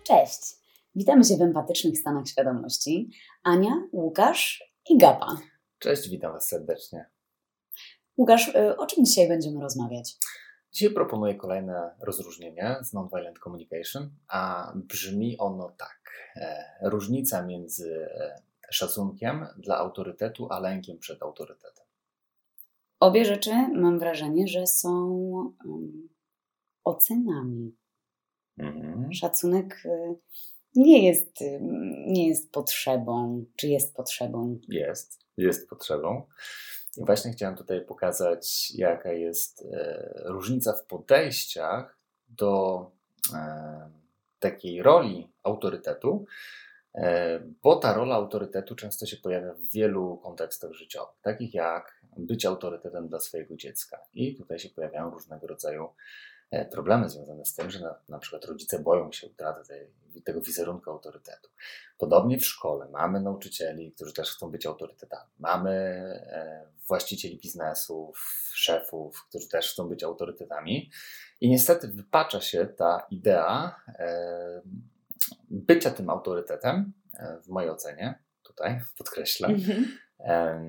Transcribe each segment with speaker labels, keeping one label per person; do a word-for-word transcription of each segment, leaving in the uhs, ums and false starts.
Speaker 1: Cześć! Witamy się w empatycznych stanach świadomości. Ania, Łukasz i Gapa.
Speaker 2: Cześć, witam Was serdecznie.
Speaker 1: Łukasz, o czym dzisiaj będziemy rozmawiać?
Speaker 2: Dzisiaj proponuję kolejne rozróżnienie z Nonviolent Communication, a brzmi ono tak. Różnica między szacunkiem dla autorytetu, a lękiem przed autorytetem.
Speaker 1: Obie rzeczy, mam wrażenie, że są um, ocenami.
Speaker 2: Mhm.
Speaker 1: Szacunek y, nie jest, y, nie jest potrzebą. Czy jest potrzebą?
Speaker 2: Jest, jest potrzebą. I właśnie chciałem tutaj pokazać, jaka jest e, różnica w podejściach do e, takiej roli autorytetu, e, bo ta rola autorytetu często się pojawia w wielu kontekstach życiowych, takich jak być autorytetem dla swojego dziecka. I tutaj się pojawiają różnego rodzaju e, problemy związane z tym, że na, na przykład rodzice boją się utraty tej, tego wizerunku autorytetu. Podobnie w szkole mamy nauczycieli, którzy też chcą być autorytetami. Mamy e, właścicieli biznesów, szefów, którzy też chcą być autorytetami. I niestety wypacza się ta idea e, bycia tym autorytetem, e, w mojej ocenie, tutaj podkreślę,
Speaker 1: Mhm.
Speaker 2: e,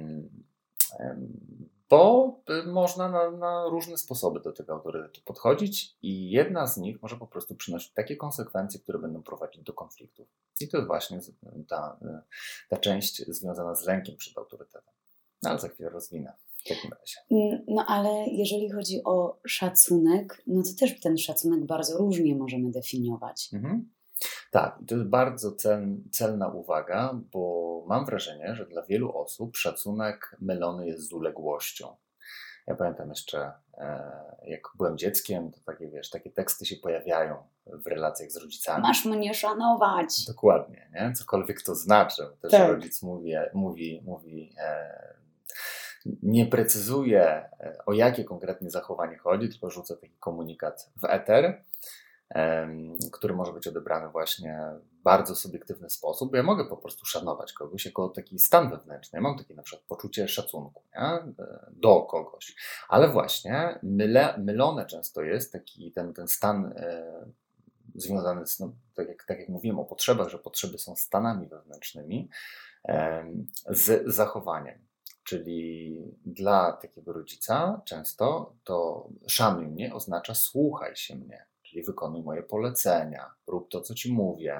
Speaker 2: e, bo można na, na różne sposoby do tego autorytetu podchodzić i jedna z nich może po prostu przynosić takie konsekwencje, które będą prowadzić do konfliktów. I to jest właśnie ta, ta część związana z lękiem przed autorytetem. No ale za chwilę rozwinę w takim razie.
Speaker 1: No ale jeżeli chodzi o szacunek, no to też ten szacunek bardzo różnie możemy definiować.
Speaker 2: Mhm. Tak, to jest bardzo cel, celna uwaga, bo mam wrażenie, że dla wielu osób szacunek mylony jest z uległością. Ja pamiętam jeszcze, jak byłem dzieckiem, to takie, wiesz, takie teksty się pojawiają w relacjach z rodzicami.
Speaker 1: Masz mnie szanować.
Speaker 2: Dokładnie, nie? Cokolwiek to znaczy. Też
Speaker 1: Tak.
Speaker 2: rodzic mówi, mówi, mówi e, nie precyzuje, o jakie konkretnie zachowanie chodzi, tylko rzuca taki komunikat w eter, e, który może być odebrany właśnie w bardzo subiektywny sposób, bo ja mogę po prostu szanować kogoś jako taki stan wewnętrzny. Ja mam takie na przykład poczucie szacunku, nie? Do kogoś, ale właśnie myle, mylone często jest taki ten, ten stan e, związany z, no, tak, jak, tak jak mówiłem o potrzebach, że potrzeby są stanami wewnętrznymi, e, z zachowaniem. Czyli dla takiego rodzica często to szanuj mnie oznacza słuchaj się mnie, czyli wykonuj moje polecenia, rób to, co ci mówię,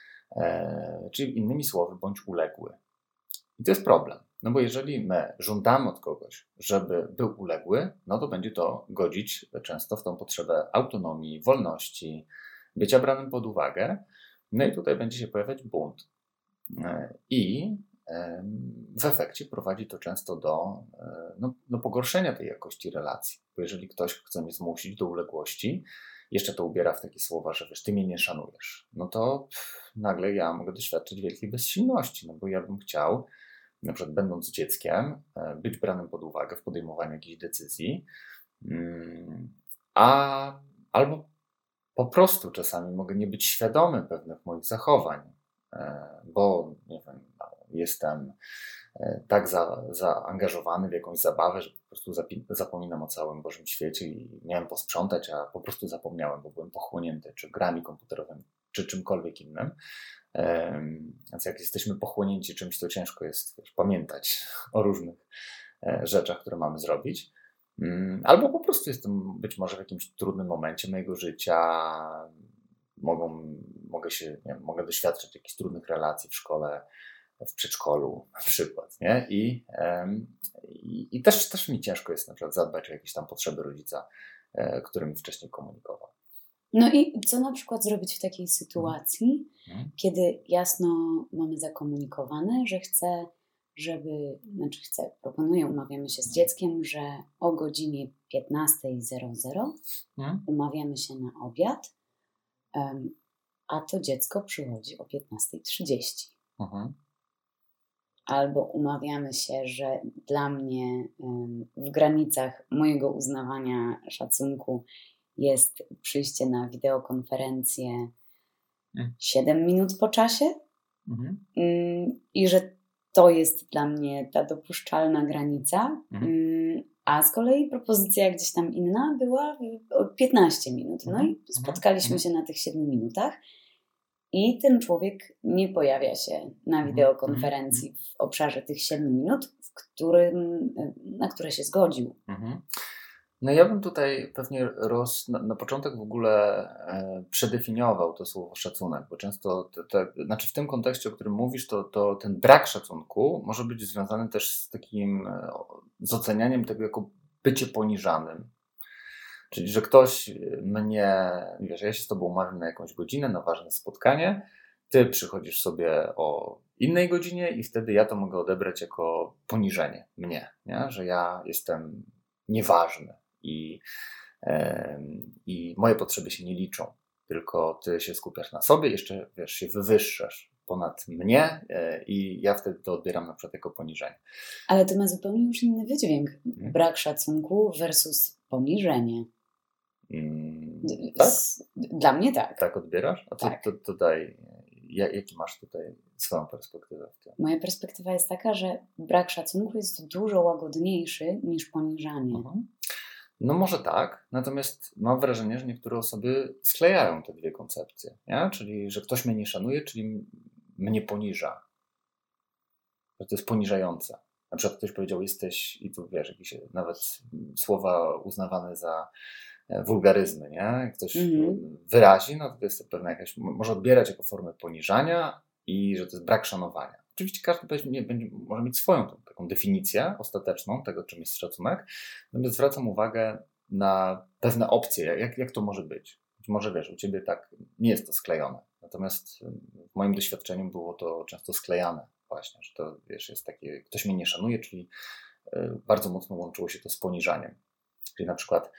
Speaker 2: e, czyli innymi słowy bądź uległy. I to jest problem, no bo jeżeli my żądamy od kogoś, żeby był uległy, no to będzie to godzić często w tą potrzebę autonomii, wolności, bycia branym pod uwagę, no i tutaj będzie się pojawiać bunt. E, I w efekcie prowadzi to często do no, no pogorszenia tej jakości relacji. Bo jeżeli ktoś chce mnie zmusić do uległości, jeszcze to ubiera w takie słowa, że wiesz, ty mnie nie szanujesz, no to pff, nagle ja mogę doświadczyć wielkiej bezsilności, no bo ja bym chciał, na przykład będąc dzieckiem, być branym pod uwagę w podejmowaniu jakichś decyzji, a albo po prostu czasami mogę nie być świadomy pewnych moich zachowań, bo nie wiem, jestem tak za, zaangażowany w jakąś zabawę, że po prostu zapi- zapominam o całym Bożym świecie i miałem posprzątać, a po prostu zapomniałem, bo byłem pochłonięty czy grami komputerowymi, czy czymkolwiek innym. Więc jak jesteśmy pochłonięci czymś, to ciężko jest wiesz, pamiętać o różnych rzeczach, które mamy zrobić. Albo po prostu jestem być może w jakimś trudnym momencie mojego życia, mogą, mogę się, nie wiem, mogę doświadczać jakichś trudnych relacji w szkole, w przedszkolu na przykład, nie? I, i, i też, też mi ciężko jest na przykład zadbać o jakieś tam potrzeby rodzica, który mi wcześniej komunikował.
Speaker 1: No i co na przykład zrobić w takiej sytuacji,
Speaker 2: hmm.
Speaker 1: kiedy jasno mamy zakomunikowane, że chcę, żeby, znaczy chcę, proponuję, umawiamy się z dzieckiem, że o godzinie piętnasta
Speaker 2: hmm.
Speaker 1: umawiamy się na obiad, um, a to dziecko przychodzi o piętnasta trzydzieści.
Speaker 2: Hmm.
Speaker 1: Albo umawiamy się, że dla mnie w granicach mojego uznawania szacunku jest przyjście na wideokonferencję
Speaker 2: mm.
Speaker 1: siedem minut po czasie
Speaker 2: mm-hmm.
Speaker 1: i że to jest dla mnie ta dopuszczalna granica,
Speaker 2: mm-hmm.
Speaker 1: a z kolei propozycja gdzieś tam inna była piętnaście minut. No mm-hmm. i spotkaliśmy mm-hmm. się na tych siedmiu minutach i ten człowiek nie pojawia się na
Speaker 2: Mhm.
Speaker 1: wideokonferencji w obszarze tych siedmiu minut, w którym, na które się zgodził.
Speaker 2: Mhm. No ja bym tutaj pewnie roz, na, na początek w ogóle e, przedefiniował to słowo szacunek, bo często, te, te, znaczy w tym kontekście, o którym mówisz, to, to ten brak szacunku może być związany też z takim, e, z ocenianiem tego jako bycie poniżanym. Czyli, że ktoś mnie, wiesz, ja się z tobą umawiam na jakąś godzinę, na ważne spotkanie, ty przychodzisz sobie o innej godzinie i wtedy ja to mogę odebrać jako poniżenie mnie, nie? Że ja jestem nieważny i, e, i moje potrzeby się nie liczą, tylko ty się skupiasz na sobie, jeszcze, wiesz, się wywyższasz ponad mnie e, i ja wtedy to odbieram na przykład jako poniżenie.
Speaker 1: Ale to ma zupełnie już inny wydźwięk.
Speaker 2: Hmm.
Speaker 1: Brak szacunku versus poniżenie.
Speaker 2: Hmm, tak?
Speaker 1: Dla mnie tak.
Speaker 2: Tak odbierasz? A to,
Speaker 1: tak.
Speaker 2: to, to daj, jaki masz tutaj swoją perspektywę w tym?
Speaker 1: Moja perspektywa jest taka, że brak szacunku jest dużo łagodniejszy niż poniżanie.
Speaker 2: Mhm. No może tak, natomiast mam wrażenie, że niektóre osoby sklejają te dwie koncepcje, nie? Czyli, że ktoś mnie nie szanuje, czyli mnie poniża. Że to jest poniżające. Na przykład ktoś powiedział, jesteś, i tu wiesz, jakieś nawet słowa uznawane za wulgaryzmy, nie? Ktoś mm. wyrazi, no to jest to pewna jakaś, może odbierać jako formę poniżania i że to jest brak szanowania. Oczywiście każdy będzie, będzie, może mieć swoją tą, taką definicję ostateczną tego, czym jest szacunek, natomiast zwracam uwagę na pewne opcje, jak, jak to może być. Być może wiesz, u ciebie tak nie jest to sklejone, natomiast w moim doświadczeniu było to często sklejane właśnie, że to wiesz, jest takie, ktoś mnie nie szanuje, czyli bardzo mocno łączyło się to z poniżaniem. Czyli na przykład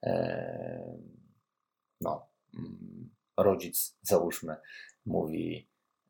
Speaker 2: no, rodzic, załóżmy, mówi,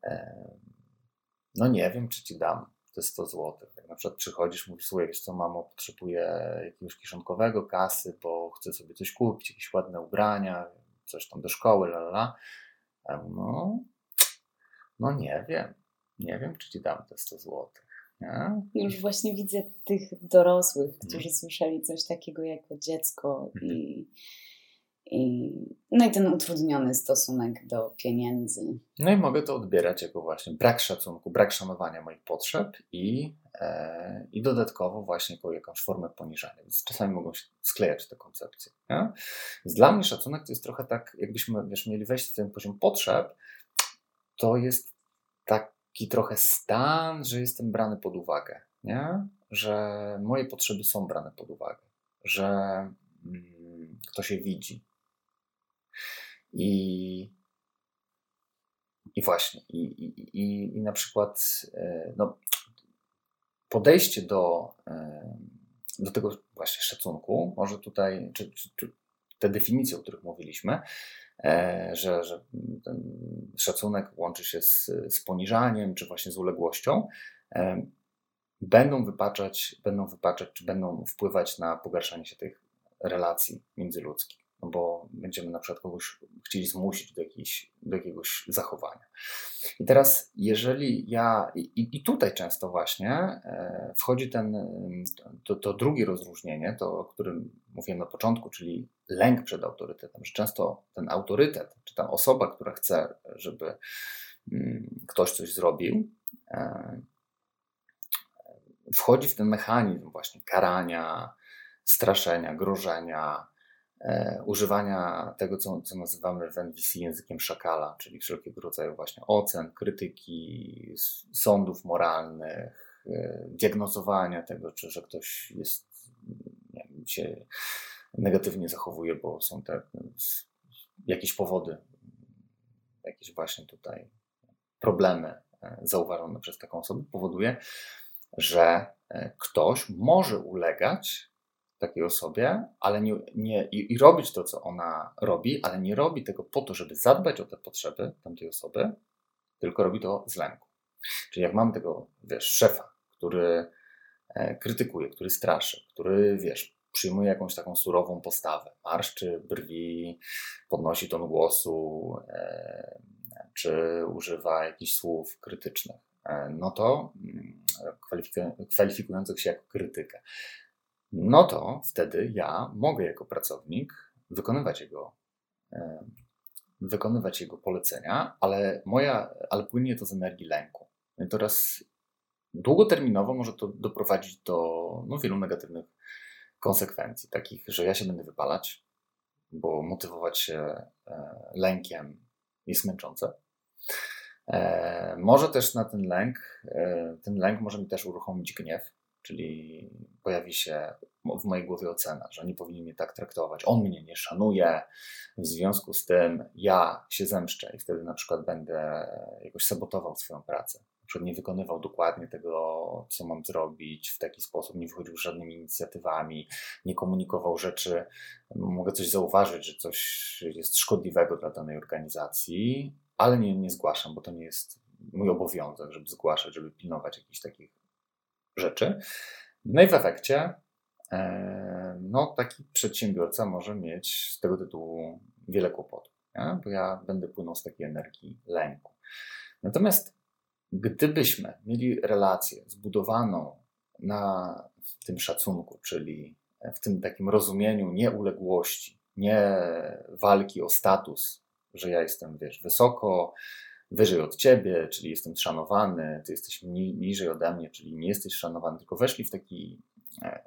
Speaker 2: no nie wiem, czy ci dam te sto złotych. Jak na przykład przychodzisz, mówisz, słuchaj, wiesz co, mamo, potrzebuję jakiegoś kieszonkowego, kasy, bo chcę sobie coś kupić, jakieś ładne ubrania, coś tam do szkoły, lalala. No, no nie wiem, nie wiem, czy ci dam te sto złotych. Nie?
Speaker 1: Już właśnie widzę tych dorosłych, którzy hmm. słyszeli coś takiego jako dziecko hmm. i, i no i ten utrudniony stosunek do pieniędzy.
Speaker 2: No i mogę to odbierać jako właśnie brak szacunku, brak szanowania moich potrzeb i, e, i dodatkowo właśnie jako jakąś formę poniżania. Więc czasami mogą się sklejać te koncepcje. Nie? Więc dla mnie szacunek to jest trochę tak, jakbyśmy wiesz, mieli wejść w ten poziom potrzeb, to jest tak taki trochę stan, że jestem brany pod uwagę, nie? Że moje potrzeby są brane pod uwagę, że mm, to się widzi. I, i właśnie, i, i, i, i na przykład no, podejście do, do tego właśnie szacunku, może tutaj, czy, czy, czy te definicje, o których mówiliśmy, Że, że ten szacunek łączy się z, z poniżaniem, czy właśnie z uległością, będą wypaczać, będą wypaczać, czy będą wpływać na pogarszanie się tych relacji międzyludzkich. No bo będziemy na przykład kogoś chcieli zmusić do, jakiejś, do jakiegoś zachowania. I teraz, jeżeli ja, i, i tutaj często właśnie wchodzi ten, to, to drugie rozróżnienie, to o którym mówiłem na początku, czyli lęk przed autorytetem, że często ten autorytet, czy ta osoba, która chce, żeby ktoś coś zrobił, wchodzi w ten mechanizm właśnie karania, straszenia, grożenia, E, używania tego, co, co nazywamy w N V C językiem szakala, czyli wszelkiego rodzaju właśnie ocen, krytyki, sądów moralnych, e, diagnozowania tego, czy że ktoś jest, nie wiem, się negatywnie zachowuje, bo są te jakieś powody, jakieś właśnie tutaj problemy e, zauważone przez taką osobę, powoduje, że ktoś może ulegać takiej osobie, ale nie, nie i, i robić to, co ona robi, ale nie robi tego po to, żeby zadbać o te potrzeby tamtej osoby, tylko robi to z lęku. Czyli jak mamy tego, wiesz, szefa, który e, krytykuje, który straszy, który, wiesz, przyjmuje jakąś taką surową postawę, marszczy brwi, podnosi ton głosu, e, czy używa jakichś słów krytycznych, e, no to kwalifikujących kwalifikujących się jako krytykę. No to wtedy ja mogę jako pracownik wykonywać jego, wykonywać jego polecenia, ale, moja, ale płynie to z energii lęku. No i teraz długoterminowo może to doprowadzić do no, wielu negatywnych konsekwencji, takich, że ja się będę wypalać, bo motywować się e, lękiem jest męczące. E, może też na ten lęk, e, ten lęk może mi też uruchomić gniew, czyli pojawi się w mojej głowie ocena, że nie powinien mnie tak traktować, on mnie nie szanuje, w związku z tym ja się zemszczę i wtedy na przykład będę jakoś sabotował swoją pracę. Na przykład nie wykonywał dokładnie tego, co mam zrobić w taki sposób, nie wychodził z żadnymi inicjatywami, nie komunikował rzeczy. Mogę coś zauważyć, że coś jest szkodliwego dla danej organizacji, ale nie, nie zgłaszam, bo to nie jest mój obowiązek, żeby zgłaszać, żeby pilnować jakichś takich rzeczy. No i w efekcie e, no, taki przedsiębiorca może mieć z tego tytułu wiele kłopotów, nie? Bo ja będę płynął z takiej energii lęku. Natomiast gdybyśmy mieli relację zbudowaną na tym szacunku, czyli w tym takim rozumieniu nieuległości, nie walki o status, że ja jestem, wiesz, wysoko, wyżej od ciebie, czyli jestem szanowany, ty jesteś ni- niżej ode mnie, czyli nie jesteś szanowany, tylko weszli w taki e,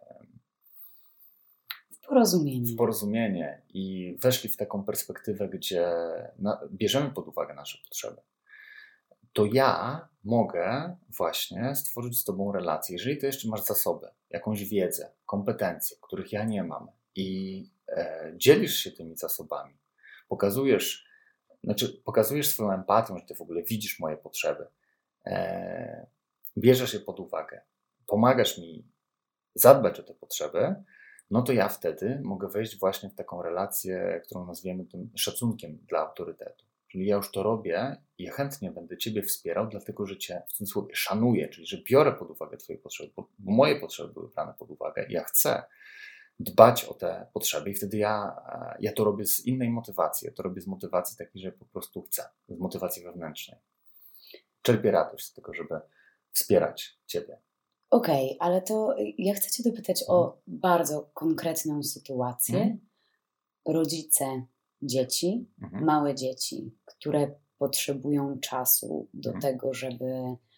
Speaker 1: w porozumienie.
Speaker 2: w porozumienie i weszli w taką perspektywę, gdzie na, bierzemy pod uwagę nasze potrzeby. To ja mogę właśnie stworzyć z tobą relację. Jeżeli to jeszcze masz zasoby, jakąś wiedzę, kompetencje, których ja nie mam i e, dzielisz się tymi zasobami, pokazujesz, znaczy pokazujesz swoją empatią, że ty w ogóle widzisz moje potrzeby, e, bierzesz je pod uwagę, pomagasz mi zadbać o te potrzeby, no to ja wtedy mogę wejść właśnie w taką relację, którą nazwiemy tym szacunkiem dla autorytetu. Czyli ja już to robię i ja chętnie będę ciebie wspierał, dlatego że cię w cudzysłowie szanuję, czyli że biorę pod uwagę twoje potrzeby, bo moje potrzeby były brane pod uwagę i ja chcę dbać o te potrzeby i wtedy ja, ja to robię z innej motywacji. Ja to robię z motywacji takiej, że po prostu chcę, z motywacji wewnętrznej. Czerpię radość z tego, żeby wspierać ciebie.
Speaker 1: Okej, okay, ale to ja chcę cię dopytać hmm. o bardzo konkretną sytuację. Hmm. Rodzice dzieci, hmm. małe dzieci, które potrzebują czasu do hmm. tego, żeby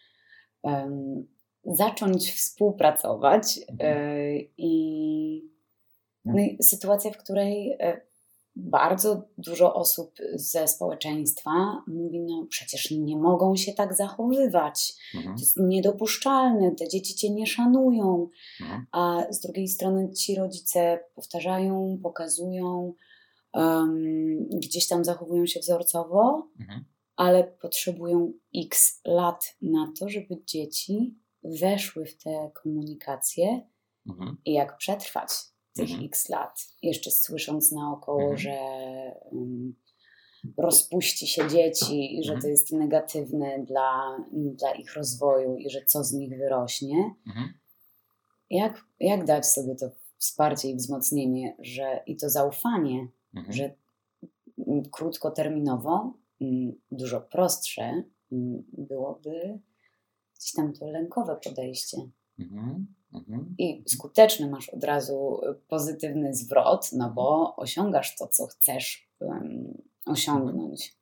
Speaker 1: um, zacząć współpracować hmm. y, i no i sytuacja, w której bardzo dużo osób ze społeczeństwa mówi, no przecież nie mogą się tak zachowywać, mhm. to jest niedopuszczalne, te dzieci cię nie szanują, mhm. a z drugiej strony ci rodzice powtarzają, pokazują, um, gdzieś tam zachowują się wzorcowo, mhm. ale potrzebują x lat na to, żeby dzieci weszły w tę komunikację mhm. i jak przetrwać tych mhm. x lat, jeszcze słysząc naokoło, mhm. że um, rozpuści się dzieci i że mhm. to jest negatywne dla, dla ich rozwoju i że co z nich wyrośnie. Mhm. Jak, jak dać sobie to wsparcie i wzmocnienie, że i to zaufanie, mhm. że krótkoterminowo dużo prostsze byłoby gdzieś tam to lękowe podejście. Mhm. Mhm. I skuteczny masz od razu pozytywny zwrot, no bo osiągasz to, co chcesz um, osiągnąć.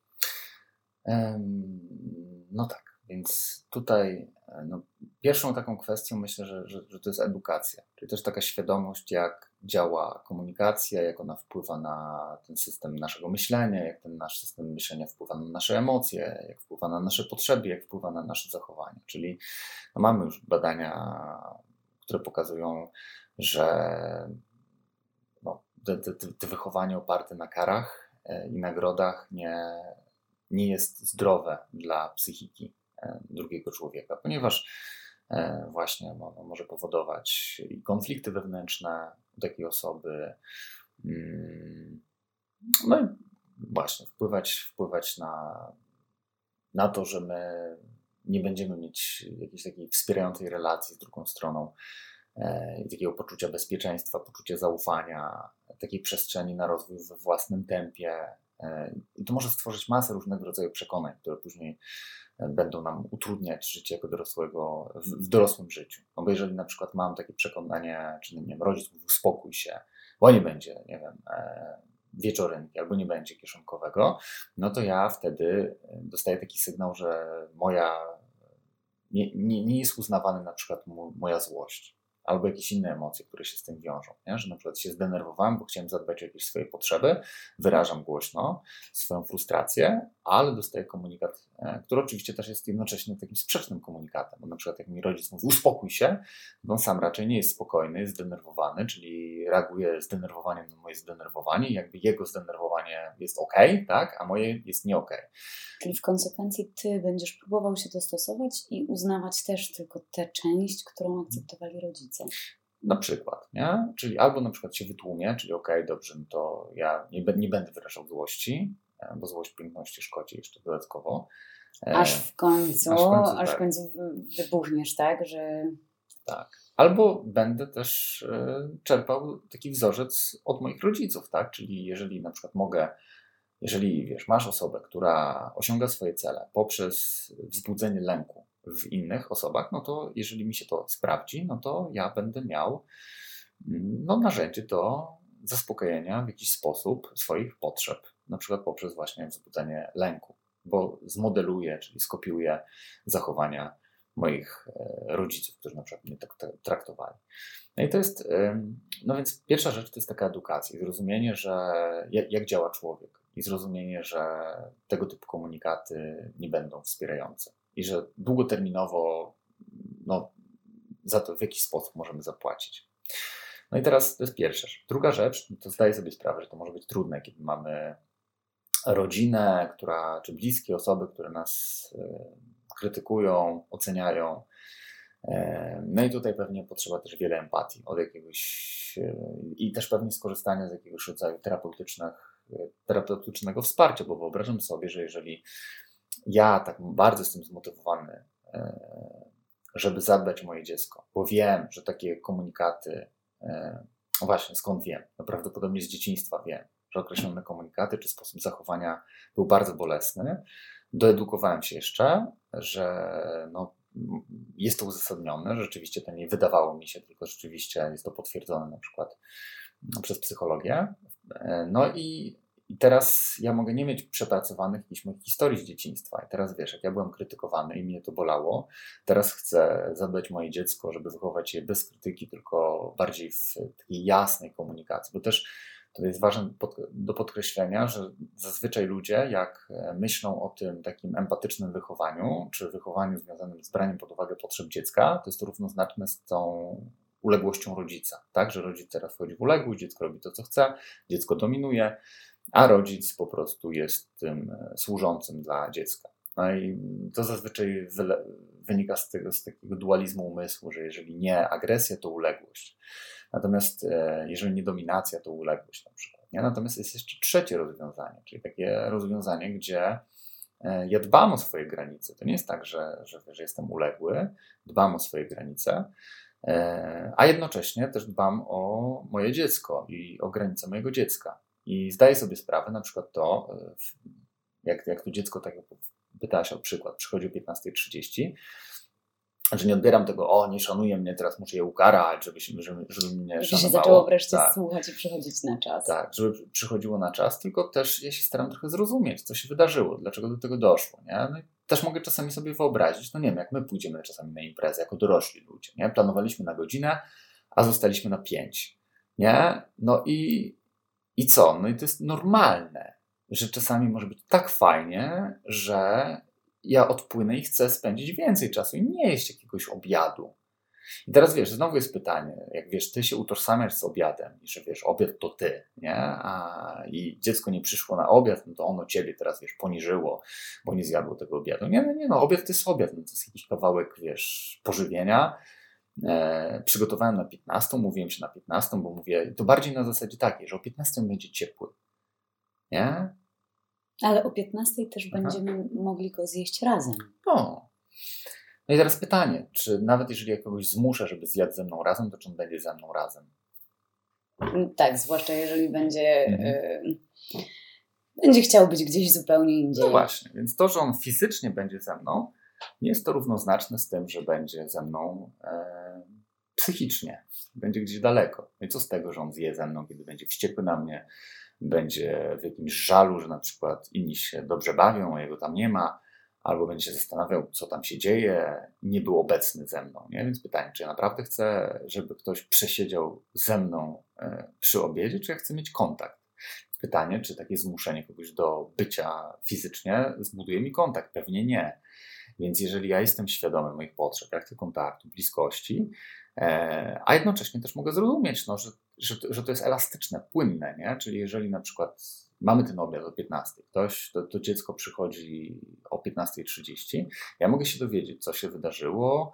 Speaker 2: Um, no tak, więc tutaj no, pierwszą taką kwestią myślę, że, że, że to jest edukacja, czyli też taka świadomość, jak działa komunikacja, jak ona wpływa na ten system naszego myślenia, jak ten nasz system myślenia wpływa na nasze emocje, jak wpływa na nasze potrzeby, jak wpływa na nasze zachowania. Czyli no, mamy już badania, które pokazują, że no, te, te, te wychowanie oparte na karach i nagrodach nie, nie jest zdrowe dla psychiki drugiego człowieka, ponieważ właśnie no, może powodować i konflikty wewnętrzne u takiej osoby, no i właśnie wpływać, wpływać na, na to, że my nie będziemy mieć jakiejś takiej wspierającej relacji z drugą stroną, e, takiego poczucia bezpieczeństwa, poczucia zaufania, takiej przestrzeni na rozwój we własnym tempie. E, I to może stworzyć masę różnego rodzaju przekonań, które później będą nam utrudniać życie jako dorosłego, w, w dorosłym życiu. No bo jeżeli na przykład mam takie przekonanie, czy nie wiem, rodzic mówi uspokój się, bo nie będzie, nie wiem, e, wieczorynki, albo nie będzie kieszonkowego, no to ja wtedy dostaję taki sygnał, że moja nie, nie, nie jest uznawana na przykład moja złość. Albo jakieś inne emocje, które się z tym wiążą. Nie? Że na przykład się zdenerwowałem, bo chciałem zadbać o jakieś swoje potrzeby, wyrażam głośno swoją frustrację, ale dostaję komunikat, który oczywiście też jest jednocześnie takim sprzecznym komunikatem. Bo na przykład jak mi rodzic mówi uspokój się, to on sam raczej nie jest spokojny, jest zdenerwowany, czyli reaguje zdenerwowaniem na moje zdenerwowanie i jakby jego zdenerwowanie jest okej, tak? A moje jest nie okej.
Speaker 1: Czyli w konsekwencji ty będziesz próbował się dostosować i uznawać też tylko tę część, którą akceptowali rodzice.
Speaker 2: Na przykład, nie? Czyli albo na przykład się wytłumię, czyli okej, okay, dobrze, no to ja nie, nie będę wyrażał złości, bo złość piękności szkodzi jeszcze dodatkowo.
Speaker 1: Aż w końcu, aż w końcu, aż w końcu tak. wybuchniesz, tak, że...
Speaker 2: Tak. Albo będę też czerpał taki wzorzec od moich rodziców, tak? Czyli jeżeli na przykład mogę, jeżeli wiesz, masz osobę, która osiąga swoje cele poprzez wzbudzenie lęku w innych osobach, no to jeżeli mi się to sprawdzi, no to ja będę miał no, narzędzie do zaspokojenia w jakiś sposób swoich potrzeb, na przykład poprzez właśnie wzbudzenie lęku, bo zmodeluję, czyli skopiuję zachowania moich rodziców, którzy na przykład mnie tak traktowali. No i to jest, no więc pierwsza rzecz to jest taka edukacja, zrozumienie, że jak, jak działa człowiek i zrozumienie, że tego typu komunikaty nie będą wspierające i że długoterminowo no, za to w jakiś sposób możemy zapłacić. No i teraz to jest pierwsza rzecz. Druga rzecz, to zdaję sobie sprawę, że to może być trudne, kiedy mamy rodzinę, która, czy bliskie osoby, które nas krytykują, oceniają. No i tutaj pewnie potrzeba też wiele empatii od jakiegoś i też pewnie skorzystania z jakiegoś rodzaju terapeutycznych, terapeutycznego wsparcia, bo wyobrażam sobie, że jeżeli ja tak bardzo jestem zmotywowany, żeby zadbać o moje dziecko, bo wiem, że takie komunikaty, no właśnie skąd wiem, no prawdopodobnie z dzieciństwa wiem, że określone komunikaty czy sposób zachowania był bardzo bolesny. Doedukowałem się jeszcze, że no, jest to uzasadnione, że rzeczywiście to nie wydawało mi się, tylko rzeczywiście jest to potwierdzone na przykład przez psychologię. No i, i teraz ja mogę nie mieć przepracowanych jakichś moich historii z dzieciństwa. I teraz wiesz, jak ja byłem krytykowany i mnie to bolało, teraz chcę zadbać moje dziecko, żeby wychować je bez krytyki, tylko bardziej w takiej jasnej komunikacji, bo też to jest ważne pod, do podkreślenia, że zazwyczaj ludzie, jak myślą o tym takim empatycznym wychowaniu, czy wychowaniu związanym z braniem pod uwagę potrzeb dziecka, to jest to równoznaczne z tą uległością rodzica, tak? Że rodzic teraz wchodzi w uległość, dziecko robi to, co chce, dziecko dominuje, a rodzic po prostu jest tym służącym dla dziecka. No i to zazwyczaj wyle, wynika z, tego, z takiego dualizmu umysłu, że jeżeli nie agresja, to uległość. Natomiast e, jeżeli nie dominacja, to uległość na przykład. Nie? Natomiast jest jeszcze trzecie rozwiązanie, czyli takie rozwiązanie, gdzie e, ja dbam o swoje granice. To nie jest tak, że, że, że jestem uległy, dbam o swoje granice, e, a jednocześnie też dbam o moje dziecko i o granice mojego dziecka. I zdaję sobie sprawę, na przykład to, e, jak, jak to dziecko, tak jak pytałaś o przykład, przychodzi o piętnasta trzydzieści, że nie odbieram tego, o, nie szanuje mnie, teraz muszę je ukarać, żeby, żeby, żeby mnie
Speaker 1: żeby
Speaker 2: szanowało.
Speaker 1: się zaczęło wreszcie
Speaker 2: tak.
Speaker 1: słuchać i przychodzić na czas.
Speaker 2: Tak, żeby przychodziło na czas, tylko też ja się staram trochę zrozumieć, co się wydarzyło, dlaczego do tego doszło. Nie? No i też mogę czasami sobie wyobrazić, no nie wiem, jak my pójdziemy czasami na imprezę jako dorośli ludzie, nie? Planowaliśmy na godzinę, a zostaliśmy na pięć. Nie? No i, i co? No i to jest normalne, że czasami może być tak fajnie, że ja odpłynę i chcę spędzić więcej czasu i nie jeść jakiegoś obiadu. I teraz wiesz, znowu jest pytanie, jak wiesz, ty się utożsamiasz z obiadem i że wiesz, obiad to ty, nie? A i dziecko nie przyszło na obiad, no to ono ciebie teraz, wiesz, poniżyło, bo nie zjadło tego obiadu. Nie, no nie, no obiad to jest obiad, no to jest jakiś kawałek, wiesz, pożywienia. E, przygotowałem na piętnastą, mówiłem się na piętnastą, bo mówię, to bardziej na zasadzie takiej, że o piętnastej będzie ciepły, nie?
Speaker 1: Ale o piętnastej też Aha. będziemy mogli go zjeść razem.
Speaker 2: No. No i teraz pytanie, czy nawet jeżeli ja kogoś zmuszę, żeby zjadł ze mną razem, to czy on będzie ze mną razem?
Speaker 1: Tak, zwłaszcza jeżeli będzie, mhm. y, będzie chciał być gdzieś zupełnie indziej.
Speaker 2: No właśnie, więc to, że on fizycznie będzie ze mną, nie jest to równoznaczne z tym, że będzie ze mną e, psychicznie, będzie gdzieś daleko. No i co z tego, że on zje ze mną, kiedy będzie wściekły na mnie, będzie w jakimś żalu, że na przykład inni się dobrze bawią, a jego tam nie ma, albo będzie się zastanawiał, co tam się dzieje, nie był obecny ze mną. Nie? Więc pytanie, czy ja naprawdę chcę, żeby ktoś przesiedział ze mną przy obiedzie, czy ja chcę mieć kontakt? Pytanie, czy takie zmuszenie kogoś do bycia fizycznie zbuduje mi kontakt? Pewnie nie. Więc jeżeli ja jestem świadomy moich potrzeb, jak kontaktu, bliskości, e, a jednocześnie też mogę zrozumieć, no, że, że, że to jest elastyczne, płynne, nie? Czyli jeżeli na przykład mamy ten obiad o piętnastej, ktoś, to, to dziecko przychodzi o piętnasta trzydzieści, ja mogę się dowiedzieć, co się wydarzyło,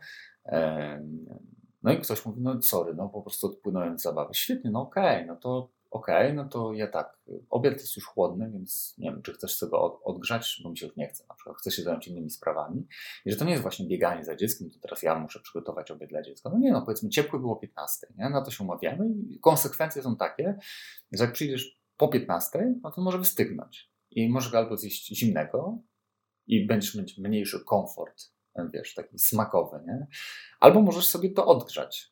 Speaker 2: e, no i ktoś mówi, no sorry, no po prostu odpłynąłem z zabawy. Świetnie, no okej, okay, no to Okej, okay, no to ja tak, obiad jest już chłodny, więc nie wiem, czy chcesz sobie go odgrzać, bo mi się już nie chce, na przykład chcę się zająć innymi sprawami i że to nie jest właśnie bieganie za dzieckiem, to teraz ja muszę przygotować obiad dla dziecka. No nie, no powiedzmy ciepły było o piętnastej, nie? Na to się umawiamy i konsekwencje są takie, że jak przyjdziesz po piętnastej, no to może wystygnąć i możesz albo zjeść zimnego i będziesz mieć mniejszy komfort, wiesz, taki smakowy, nie? Albo możesz sobie to odgrzać.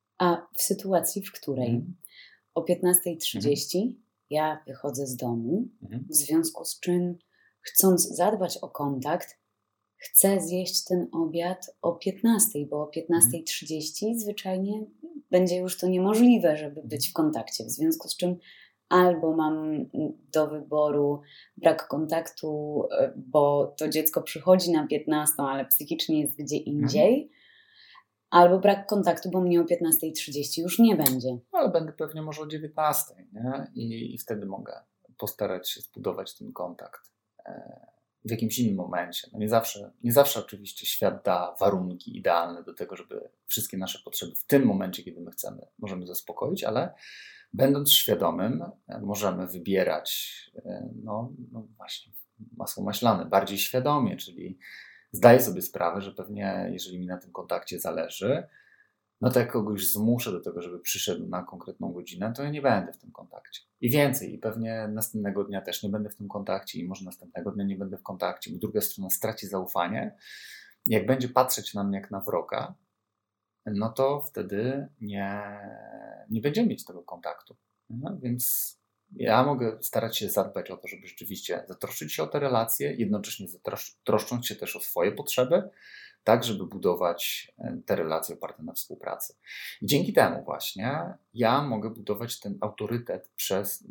Speaker 1: A w sytuacji, w której hmm. o piętnasta trzydzieści mhm. ja wychodzę z domu, mhm. w związku z czym, chcąc zadbać o kontakt, chcę zjeść ten obiad o piętnastej, bo o piętnasta trzydzieści mhm. zwyczajnie będzie już to niemożliwe, żeby być w kontakcie. W związku z czym albo mam do wyboru brak kontaktu, bo to dziecko przychodzi na piętnastą, ale psychicznie jest gdzie indziej, mhm. albo brak kontaktu, bo mnie o piętnasta trzydzieści już nie będzie.
Speaker 2: Ale będę pewnie może o dziewiętnastej, nie? I, I wtedy mogę postarać się zbudować ten kontakt e, w jakimś innym momencie. No nie zawsze, nie zawsze oczywiście świat da warunki idealne do tego, żeby wszystkie nasze potrzeby w tym momencie, kiedy my chcemy, możemy zaspokoić, ale będąc świadomym, e, możemy wybierać e, no, no właśnie masło maślane, bardziej świadomie, czyli zdaję sobie sprawę, że pewnie jeżeli mi na tym kontakcie zależy, no to jak kogoś zmuszę do tego, żeby przyszedł na konkretną godzinę, to ja nie będę w tym kontakcie. I więcej, i pewnie następnego dnia też nie będę w tym kontakcie i może następnego dnia nie będę w kontakcie, bo druga strona straci zaufanie. Jak będzie patrzeć na mnie jak na wroga, no to wtedy nie, nie będziemy mieć tego kontaktu. No, więc ja mogę starać się zadbać o to, żeby rzeczywiście zatroszczyć się o te relacje, jednocześnie zatrosz- troszcząc się też o swoje potrzeby, tak żeby budować te relacje oparte na współpracy. I dzięki temu właśnie ja mogę budować ten autorytet przez,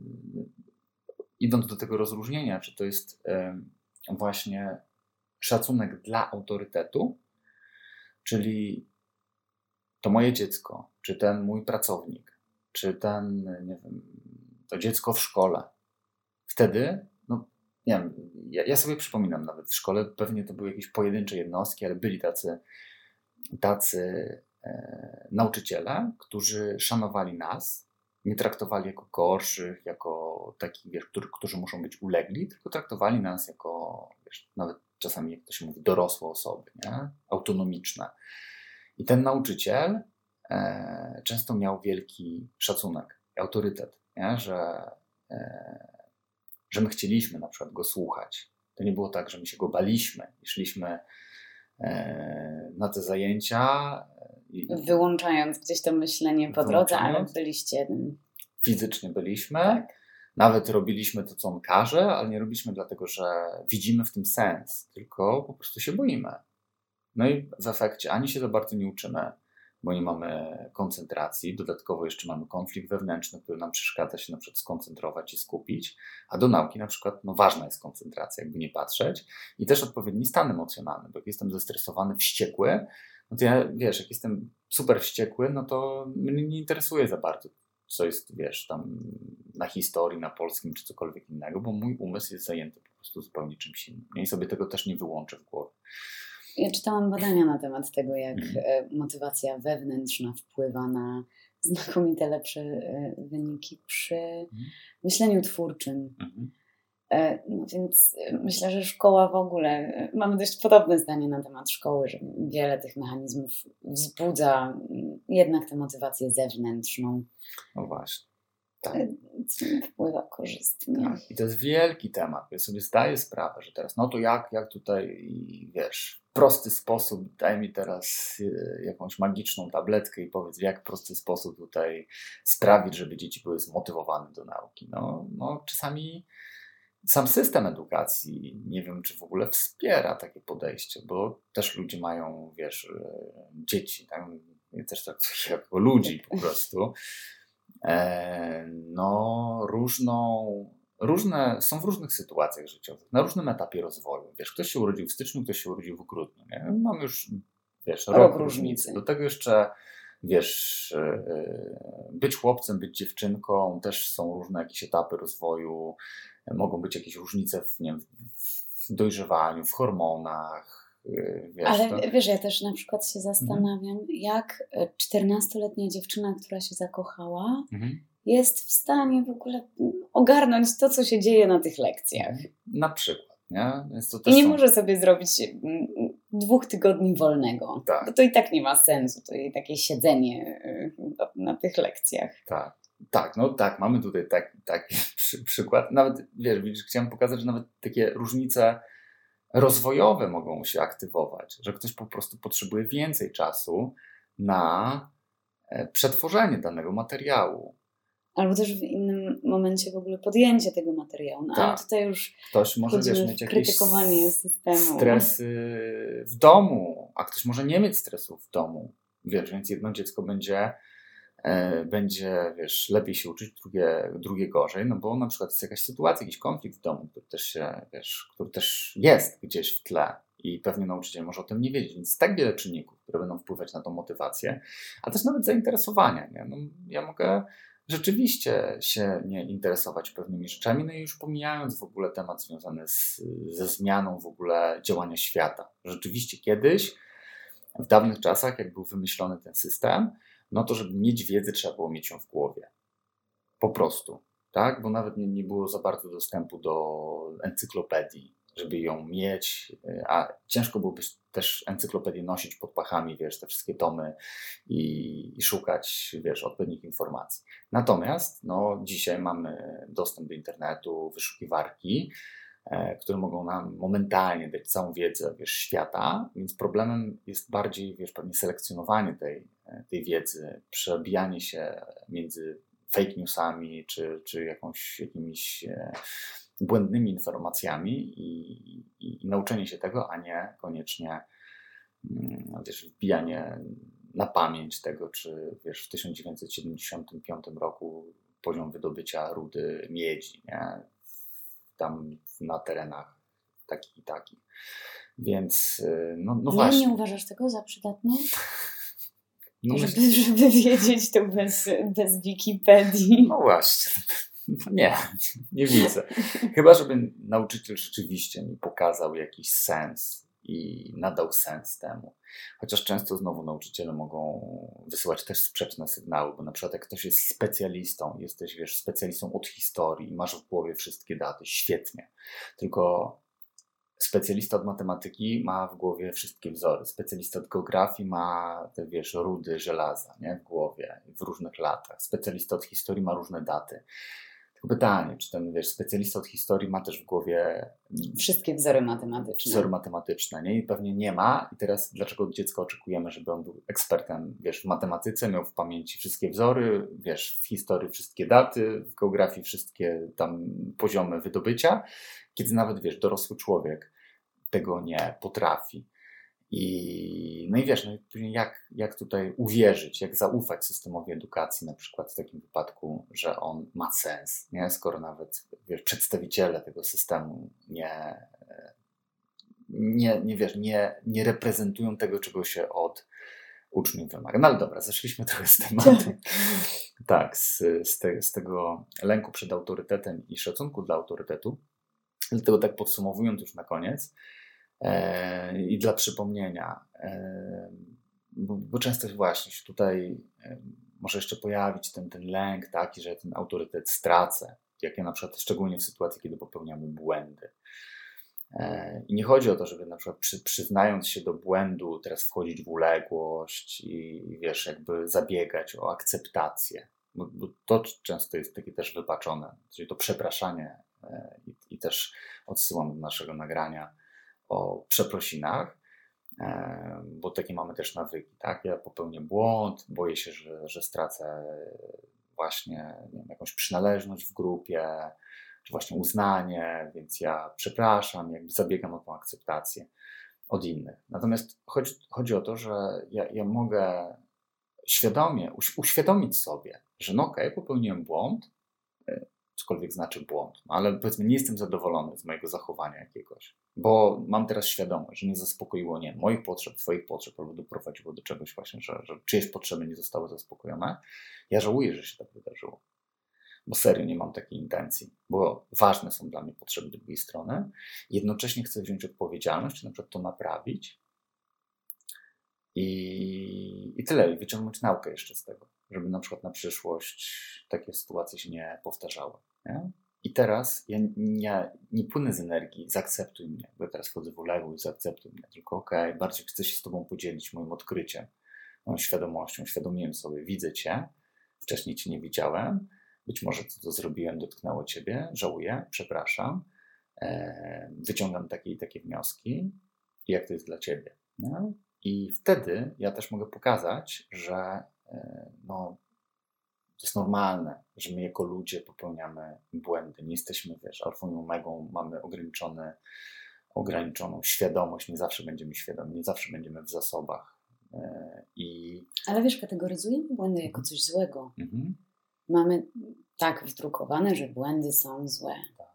Speaker 2: idąc do tego rozróżnienia, czy to jest właśnie szacunek dla autorytetu, czyli to moje dziecko, czy ten mój pracownik, czy ten, nie wiem, to dziecko w szkole. Wtedy, no nie wiem, ja, ja sobie przypominam nawet w szkole, pewnie to były jakieś pojedyncze jednostki, ale byli tacy, tacy e, nauczyciele, którzy szanowali nas, nie traktowali jako gorszych, jako takich, wiesz, którzy, którzy muszą być ulegli, tylko traktowali nas jako, wiesz, nawet czasami, jak to się mówi, dorosłe osoby, nie? Autonomiczne. I ten nauczyciel e, często miał wielki szacunek, autorytet, nie? Że, e, że my chcieliśmy na przykład go słuchać. To nie było tak, że my się go baliśmy i szliśmy e, na te zajęcia. I,
Speaker 1: wyłączając gdzieś to myślenie po drodze, ale byliście...
Speaker 2: Fizycznie byliśmy.
Speaker 1: Tak.
Speaker 2: Nawet robiliśmy to, co on każe, ale nie robiliśmy dlatego, że widzimy w tym sens, tylko po prostu się boimy. No i w efekcie ani się za bardzo nie uczymy, bo nie mamy koncentracji, dodatkowo jeszcze mamy konflikt wewnętrzny, który nam przeszkadza się na przykład skoncentrować i skupić, a do nauki na przykład no ważna jest koncentracja, jakby nie patrzeć, i też odpowiedni stan emocjonalny, bo jak jestem zestresowany, wściekły, no to ja, wiesz, jak jestem super wściekły, no to mnie nie interesuje za bardzo, co jest, wiesz, tam na historii, na polskim czy cokolwiek innego, bo mój umysł jest zajęty po prostu zupełnie czymś innym i sobie tego też nie wyłączę w głowie.
Speaker 1: Ja czytałam badania na temat tego, jak mm. motywacja wewnętrzna wpływa na znakomite lepsze wyniki przy mm. myśleniu twórczym. Mm. No więc myślę, że szkoła w ogóle, mamy dość podobne zdanie na temat szkoły, że wiele tych mechanizmów wzbudza jednak tę motywację zewnętrzną.
Speaker 2: No właśnie. tak.
Speaker 1: co mi wpływa korzystnie.
Speaker 2: Tak. I to jest wielki temat. Ja sobie zdaję sprawę, że teraz, no to jak, jak tutaj, wiesz, w prosty sposób, daj mi teraz jakąś magiczną tabletkę i powiedz, w jak prosty sposób tutaj sprawić, żeby dzieci były zmotywowane do nauki. No, no czasami sam system edukacji, nie wiem, czy w ogóle wspiera takie podejście, bo też ludzie mają, wiesz, dzieci, tak? Ja też tak jako ludzi po prostu. E, no, różną, różne, są w różnych sytuacjach życiowych, na różnym etapie rozwoju. Wiesz, ktoś się urodził w styczniu, ktoś się urodził w grudniu. Nie? Mamy już, wiesz, rok, rok różnicy. Do tego jeszcze, wiesz, być chłopcem, być dziewczynką, też są różne jakieś etapy rozwoju. Mogą być jakieś różnice w, nie wiem, w dojrzewaniu, w hormonach. Wiesz,
Speaker 1: ale
Speaker 2: to...
Speaker 1: wiesz, ja też na przykład się zastanawiam, mhm. jak czternastoletnia dziewczyna, która się zakochała, mhm. jest w stanie w ogóle ogarnąć to, co się dzieje na tych lekcjach.
Speaker 2: Na przykład. Nie? Więc to też
Speaker 1: I nie
Speaker 2: są...
Speaker 1: może sobie zrobić dwóch tygodni wolnego. Tak. Bo to i tak nie ma sensu, to i takie siedzenie na tych lekcjach.
Speaker 2: Tak. Tak, no tak, mamy tutaj taki, taki przy, przykład. Nawet, wiesz, widzisz, chciałem pokazać, że nawet takie różnice rozwojowe mogą się aktywować, że ktoś po prostu potrzebuje więcej czasu na przetworzenie danego materiału.
Speaker 1: Albo też w innym momencie w ogóle podjęcie tego materiału. No, tak. Ale tutaj już
Speaker 2: ktoś może, wiesz, mieć jakieś
Speaker 1: krytykowanie systemu.
Speaker 2: Stresy w domu, a ktoś może nie mieć stresu w domu. Wiesz, więc jedno dziecko będzie będzie, wiesz, lepiej się uczyć, drugie, drugie gorzej, no bo na przykład jest jakaś sytuacja, jakiś konflikt w domu, który też się, wiesz, który też jest gdzieś w tle i pewnie nauczyciel może o tym nie wiedzieć, więc tak wiele czynników, które będą wpływać na tą motywację, a też nawet zainteresowania, nie? No, ja mogę rzeczywiście się nie interesować pewnymi rzeczami, no i już pomijając w ogóle temat związany z, ze zmianą w ogóle działania świata. Rzeczywiście kiedyś, w dawnych czasach, jak był wymyślony ten system, no to żeby mieć wiedzę, trzeba było mieć ją w głowie. Po prostu. Tak? Bo nawet nie, nie było za bardzo dostępu do encyklopedii, żeby ją mieć, a ciężko byłoby też encyklopedię nosić pod pachami, wiesz, te wszystkie tomy i, i szukać, wiesz, odpowiednich informacji. Natomiast no, dzisiaj mamy dostęp do internetu, wyszukiwarki, e, które mogą nam momentalnie dać całą wiedzę, wiesz, świata, więc problemem jest bardziej, wiesz, pewnie selekcjonowanie tej, tej wiedzy, przebijanie się między fake newsami, czy, czy jakąś, jakimiś e, błędnymi informacjami i, i, i nauczenie się tego, a nie koniecznie no, wiesz, wbijanie na pamięć tego, czy wiesz, w tysiąc dziewięćset siedemdziesiątym piątym roku poziom wydobycia rudy miedzi, nie? Tam na terenach takich i takich. Więc no, no
Speaker 1: nie,
Speaker 2: właśnie.
Speaker 1: Nie uważasz tego za przydatne?
Speaker 2: No
Speaker 1: żeby,
Speaker 2: myślę...
Speaker 1: żeby wiedzieć to bez, bez Wikipedii.
Speaker 2: No właśnie. Nie, nie widzę. Chyba, żeby nauczyciel rzeczywiście mi pokazał jakiś sens i nadał sens temu. Chociaż często znowu nauczyciele mogą wysyłać też sprzeczne sygnały, bo na przykład jak ktoś jest specjalistą, jesteś, wiesz, specjalistą od historii, masz w głowie wszystkie daty, świetnie. Tylko specjalista od matematyki ma w głowie wszystkie wzory. Specjalista od geografii ma te, wiesz, rudy żelaza, nie, w głowie w różnych latach. Specjalista od historii ma różne daty. Tylko pytanie, czy ten, wiesz, specjalista od historii ma też w głowie
Speaker 1: wszystkie wzory matematyczne.
Speaker 2: Wzory matematyczne, nie? I pewnie nie ma. I teraz dlaczego od dziecka oczekujemy, żeby on był ekspertem, wiesz, w matematyce, miał w pamięci wszystkie wzory, wiesz, w historii wszystkie daty, w geografii wszystkie tam poziomy wydobycia, kiedy nawet, wiesz, dorosły człowiek tego nie potrafi. I, no i wiesz, no i później jak, jak tutaj uwierzyć, jak zaufać systemowi edukacji, na przykład w takim wypadku, że on ma sens, nie? Skoro nawet, wiesz, przedstawiciele tego systemu nie, nie, nie, wiesz, nie, nie reprezentują tego, czego się od uczniów wymaga. No ale dobra, zeszliśmy trochę z tematu. Tak, z, z, te, z tego lęku przed autorytetem i szacunku dla autorytetu. Dlatego tak podsumowując już na koniec, i dla przypomnienia, bo, bo często właśnie się tutaj może jeszcze pojawić ten, ten lęk taki, że ten autorytet stracę, jak ja na przykład, szczególnie w sytuacji, kiedy popełniamy błędy. I nie chodzi o to, żeby na przykład przy, przyznając się do błędu teraz wchodzić w uległość i wiesz, jakby zabiegać o akceptację. bo, bo to często jest takie też wypaczone, czyli to przepraszanie i, i też odsyłam do naszego nagrania o przeprosinach, bo takie mamy też nawyki, tak? Ja popełnię błąd, boję się, że, że stracę właśnie nie wiem, jakąś przynależność w grupie, czy właśnie uznanie, więc ja przepraszam, jakby zabiegam o tą akceptację od innych. Natomiast chodzi, chodzi o to, że ja, ja mogę świadomie, uś, uświadomić sobie, że no okej, okay, popełniłem błąd, cokolwiek znaczy błąd, no ale powiedzmy nie jestem zadowolony z mojego zachowania jakiegoś, bo mam teraz świadomość, że nie zaspokoiło nie moich potrzeb, twoich potrzeb, albo doprowadziło do czegoś właśnie, że, że czyjeś potrzeby nie zostały zaspokojone. Ja żałuję, że się tak wydarzyło, bo serio nie mam takiej intencji, bo ważne są dla mnie potrzeby drugiej strony. Jednocześnie chcę wziąć odpowiedzialność, na przykład to naprawić i, i tyle, i wyciągnąć naukę jeszcze z tego, żeby na przykład na przyszłość takie sytuacje się nie powtarzały. Nie? I teraz ja nie, nie płynę z energii, zaakceptuj mnie, bo ja teraz wchodzę w uległość, i zaakceptuj mnie, tylko okej, okay, bardziej chcę się z tobą podzielić moim odkryciem, moją świadomością, uświadomiłem sobie, widzę cię, wcześniej cię nie widziałem, być może to, co zrobiłem, dotknęło ciebie, żałuję, przepraszam, e, wyciągam takie i takie wnioski, jak to jest dla ciebie. Nie? I wtedy ja też mogę pokazać, że e, no, to jest normalne, że my jako ludzie popełniamy błędy. Nie jesteśmy, wiesz, alfą i omegą, mamy ograniczone, ograniczoną świadomość, nie zawsze będziemy świadomi, nie zawsze będziemy w zasobach. I...
Speaker 1: Ale wiesz, kategoryzujemy błędy jako coś złego.
Speaker 2: Mhm.
Speaker 1: Mamy tak wdrukowane, że błędy są złe.
Speaker 2: Tak.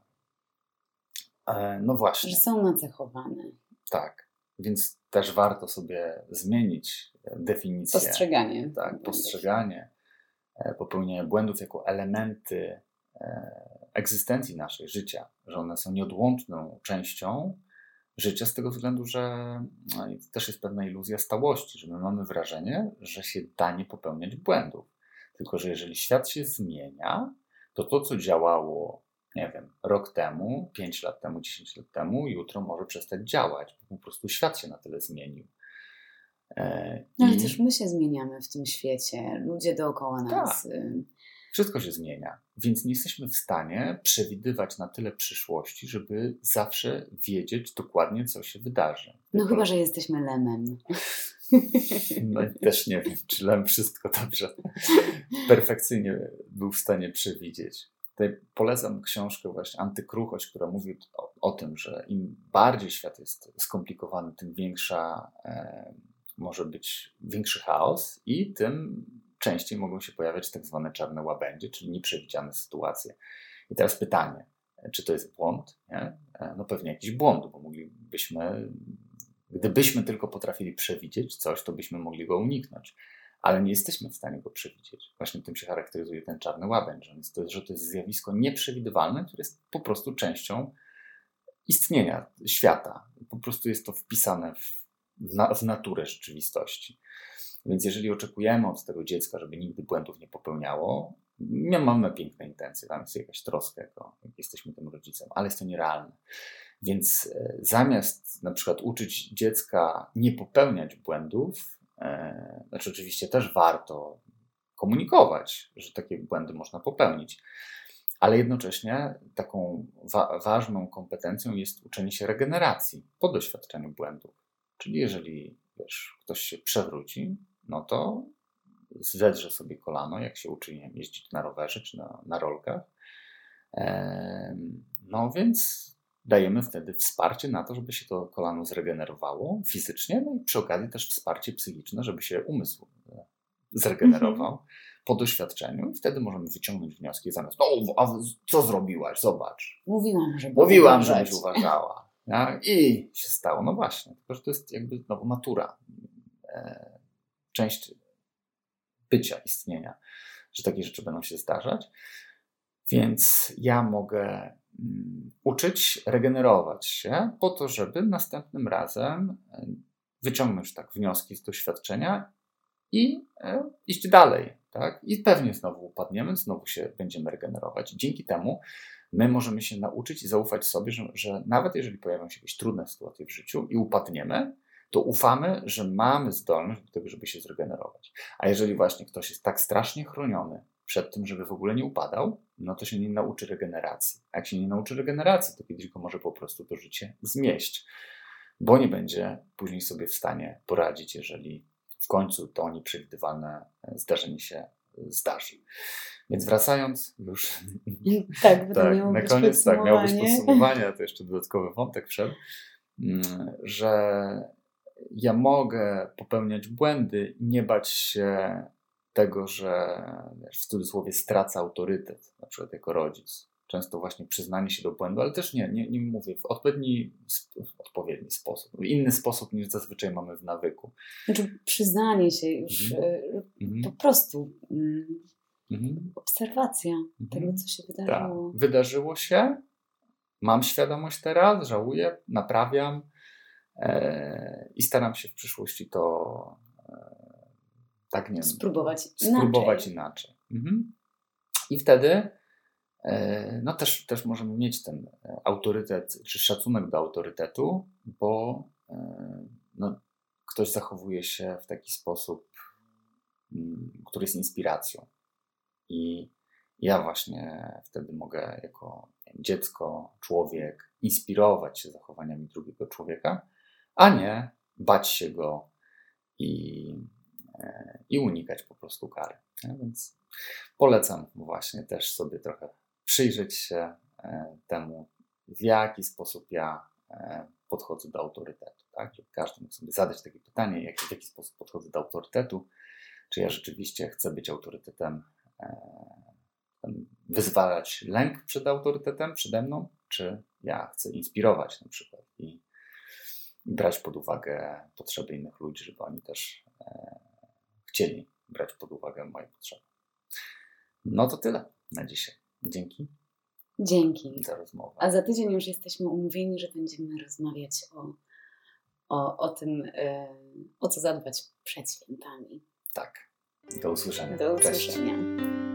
Speaker 2: E, no właśnie.
Speaker 1: Że są nacechowane.
Speaker 2: Tak, więc też warto sobie zmienić definicję.
Speaker 1: Postrzeganie.
Speaker 2: Tak, postrzeganie. Popełnienie błędów jako elementy egzystencji naszej, życia, że one są nieodłączną częścią życia z tego względu, że no, też jest pewna iluzja stałości, że my mamy wrażenie, że się da nie popełniać błędów. Tylko że jeżeli świat się zmienia, to to, co działało, nie wiem, rok temu, pięć lat temu, dziesięć lat temu, jutro może przestać działać, bo po prostu świat się na tyle zmienił.
Speaker 1: No, ale I... też my się zmieniamy w tym świecie, ludzie dookoła nas.
Speaker 2: Tak. Wszystko się zmienia, więc nie jesteśmy w stanie przewidywać na tyle przyszłości, żeby zawsze wiedzieć dokładnie, co się wydarzy.
Speaker 1: No
Speaker 2: Tylko...
Speaker 1: chyba, że jesteśmy lemem.
Speaker 2: No i też nie wiem, czy lem wszystko dobrze, perfekcyjnie był w stanie przewidzieć. Tutaj polecam książkę właśnie Antykruchość, która mówi o, o tym, że im bardziej świat jest skomplikowany, tym większa... E, może być większy chaos i tym częściej mogą się pojawiać tak zwane czarne łabędzie, czyli nieprzewidziane sytuacje. I teraz pytanie, czy to jest błąd? Nie? No pewnie jakiś błąd, bo moglibyśmy, gdybyśmy tylko potrafili przewidzieć coś, to byśmy mogli go uniknąć, ale nie jesteśmy w stanie go przewidzieć. Właśnie tym się charakteryzuje ten czarny łabędź, więc to jest, że to jest zjawisko nieprzewidywalne, które jest po prostu częścią istnienia świata. Po prostu jest to wpisane w Na, w naturę rzeczywistości. Więc jeżeli oczekujemy od tego dziecka, żeby nigdy błędów nie popełniało, my mamy piękne intencje, tam jest jakaś troska, jako, jak jesteśmy tym rodzicem, ale jest to nierealne. Więc e, zamiast na przykład uczyć dziecka nie popełniać błędów, e, znaczy oczywiście też warto komunikować, że takie błędy można popełnić, ale jednocześnie taką wa- ważną kompetencją jest uczenie się regeneracji po doświadczeniu błędów. Czyli jeżeli, wiesz, ktoś się przewróci, no to zedrze sobie kolano, jak się uczy, nie wiem, jeździć na rowerze czy na, na rolkach. Eee, no więc dajemy wtedy wsparcie na to, żeby się to kolano zregenerowało fizycznie, no i przy okazji też wsparcie psychiczne, żeby się umysł zregenerował mm-hmm. po doświadczeniu. I wtedy możemy wyciągnąć wnioski zamiast, no a co zrobiłaś, zobacz.
Speaker 1: Mówiłam, że
Speaker 2: Mówiłam, żebyś uważała. Ja, i się stało. No właśnie, tylko że to jest jakby no, natura, e, część bycia, istnienia, że takie rzeczy będą się zdarzać. Więc ja mogę mm, uczyć, regenerować się po to, żeby następnym razem wyciągnąć tak wnioski z doświadczenia i e, iść dalej. Tak? I pewnie znowu upadniemy, znowu się będziemy regenerować. Dzięki temu my możemy się nauczyć i zaufać sobie, że, że nawet jeżeli pojawią się jakieś trudne sytuacje w życiu i upadniemy, to ufamy, że mamy zdolność do tego, żeby się zregenerować. A jeżeli właśnie ktoś jest tak strasznie chroniony przed tym, żeby w ogóle nie upadał, no to się nie nauczy regeneracji. A jak się nie nauczy regeneracji, to kiedyś go może po prostu to życie zmieść, bo nie będzie później sobie w stanie poradzić, jeżeli w końcu to nieprzewidywalne zdarzenie się zdarzy. Więc wracając już
Speaker 1: tak,
Speaker 2: tak, na koniec, tak, miało być podsumowanie, a to jeszcze dodatkowy wątek wszedł, że ja mogę popełniać błędy, nie bać się tego, że wiesz, w cudzysłowie stracę autorytet, na przykład jako rodzic. Często właśnie przyznanie się do błędu, ale też nie, nie, nie mówię, w odpowiedni, w odpowiedni sposób, w inny sposób niż zazwyczaj mamy w nawyku.
Speaker 1: Znaczy przyznanie się już mm-hmm. po prostu mm-hmm. obserwacja mm-hmm. tego, co się wydarzyło.
Speaker 2: Tak. Wydarzyło się, mam świadomość teraz, żałuję, naprawiam e, i staram się w przyszłości to e, tak, nie wiem,
Speaker 1: spróbować,
Speaker 2: spróbować
Speaker 1: inaczej.
Speaker 2: inaczej. Mhm. I wtedy no też, też możemy mieć ten autorytet, czy szacunek do autorytetu, bo no, ktoś zachowuje się w taki sposób, który jest inspiracją. I ja właśnie wtedy mogę jako dziecko, człowiek inspirować się zachowaniami drugiego człowieka, a nie bać się go i, i unikać po prostu kary. Więc polecam właśnie też sobie trochę przyjrzeć się temu, w jaki sposób ja podchodzę do autorytetu. Tak? Żeby każdy mógł sobie zadać takie pytanie, jak, w jaki sposób podchodzę do autorytetu, czy ja rzeczywiście chcę być autorytetem, wyzwalać lęk przed autorytetem, przede mną, czy ja chcę inspirować na przykład i, i brać pod uwagę potrzeby innych ludzi, żeby oni też e, chcieli brać pod uwagę moje potrzeby. No to tyle na dzisiaj. Dzięki.
Speaker 1: Dzięki
Speaker 2: za rozmowę.
Speaker 1: A za tydzień już jesteśmy umówieni, że będziemy rozmawiać o, o, o tym, yy, o co zadbać przed świętami.
Speaker 2: Tak. Do usłyszenia.
Speaker 1: Do usłyszenia.
Speaker 2: Cześć.